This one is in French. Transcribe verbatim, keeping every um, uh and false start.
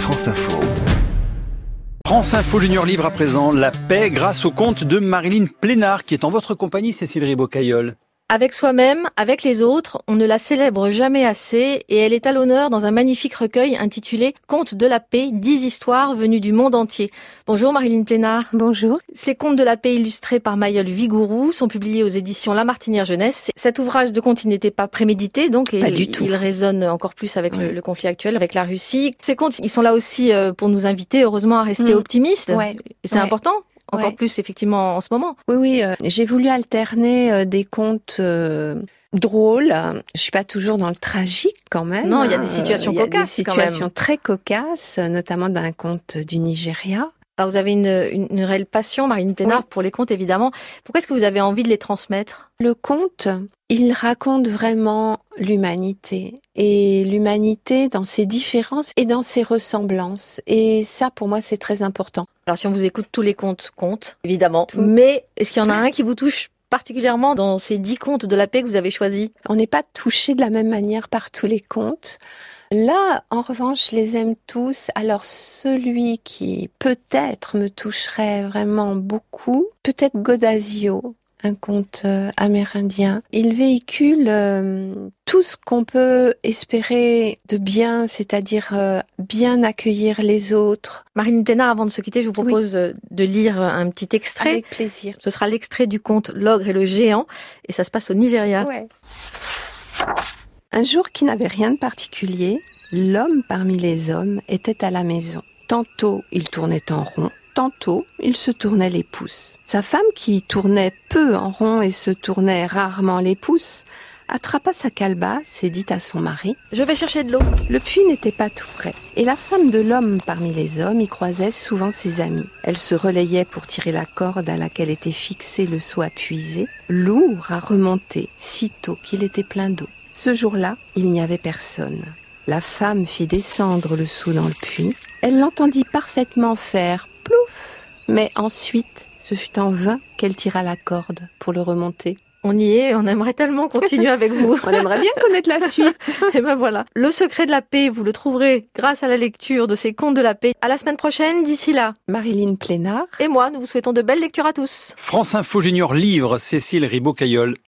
France Info. France Info Junior livre à présent La paix grâce au conte de Marilyn Plénard qui est en votre compagnie, Cécile Ribaud-Cailleul. Avec soi-même, avec les autres, on ne la célèbre jamais assez et elle est à l'honneur dans un magnifique recueil intitulé Contes de la paix, dix histoires venues du monde entier. Bonjour Marilyn Plénard. Bonjour. Ces contes de la paix illustrés par Mayol Vigouroux sont publiés aux éditions La Martinière Jeunesse. Cet ouvrage de contes, il n'était pas prémédité, donc pas il, du tout. il résonne encore plus avec ouais. le, le conflit actuel, avec la Russie. Ces contes, ils sont là aussi pour nous inviter, heureusement, à rester mmh. optimistes. Ouais. Et c'est ouais. important. Encore ouais. plus, effectivement, en ce moment. Oui, oui. Euh, j'ai voulu alterner euh, des contes euh, drôles. Je suis pas toujours dans le tragique, quand même. Non, il y a des situations euh, cocasses, Il y a des situations très cocasses, notamment d'un conte du Nigeria. Alors, vous avez une, une, une réelle passion, Marilyn Plénard, oui. pour les contes, évidemment. Pourquoi est-ce que vous avez envie de les transmettre ? Le conte, il raconte vraiment l'humanité. Et l'humanité dans ses différences et dans ses ressemblances. Et ça, pour moi, c'est très important. Alors, si on vous écoute, tous les contes comptent, évidemment. Tout. Mais est-ce qu'il y en a un qui vous touche particulièrement dans ces dix contes de la paix que vous avez choisis ? On n'est pas touché de la même manière par tous les contes. Là, en revanche, je les aime tous. Alors, celui qui peut-être me toucherait vraiment beaucoup, peut-être Godazio, un conte euh, amérindien. Il véhicule euh, tout ce qu'on peut espérer de bien, c'est-à-dire euh, bien accueillir les autres. Marilyn Plénard, avant de se quitter, je vous propose oui. de lire un petit extrait. Avec plaisir. Ce sera l'extrait du conte L'ogre et le géant, et ça se passe au Nigeria. Ouais. Un jour qui n'avait rien de particulier, l'homme parmi les hommes était à la maison. Tantôt il tournait en rond, tantôt il se tournait les pouces. Sa femme, qui tournait peu en rond et se tournait rarement les pouces, attrapa sa calebasse et dit à son mari « Je vais chercher de l'eau ». Le puits n'était pas tout près, et la femme de l'homme parmi les hommes y croisait souvent ses amis. Elle se relayait pour tirer la corde à laquelle était fixé le seau à puiser, lourd à remonter, sitôt qu'il était plein d'eau. Ce jour-là, il n'y avait personne. La femme fit descendre le seau dans le puits. Elle l'entendit parfaitement faire « plouf !» Mais ensuite, ce fut en vain qu'elle tira la corde pour le remonter. On y est, on aimerait tellement continuer avec vous. On aimerait bien connaître la suite. Et ben voilà. Le secret de la paix, vous le trouverez grâce à la lecture de ces contes de la paix. À la semaine prochaine, d'ici là. Marilyn Plénard. Et moi, nous vous souhaitons de belles lectures à tous. France Info Junior livre, Cécile Ribaud-Cailleul.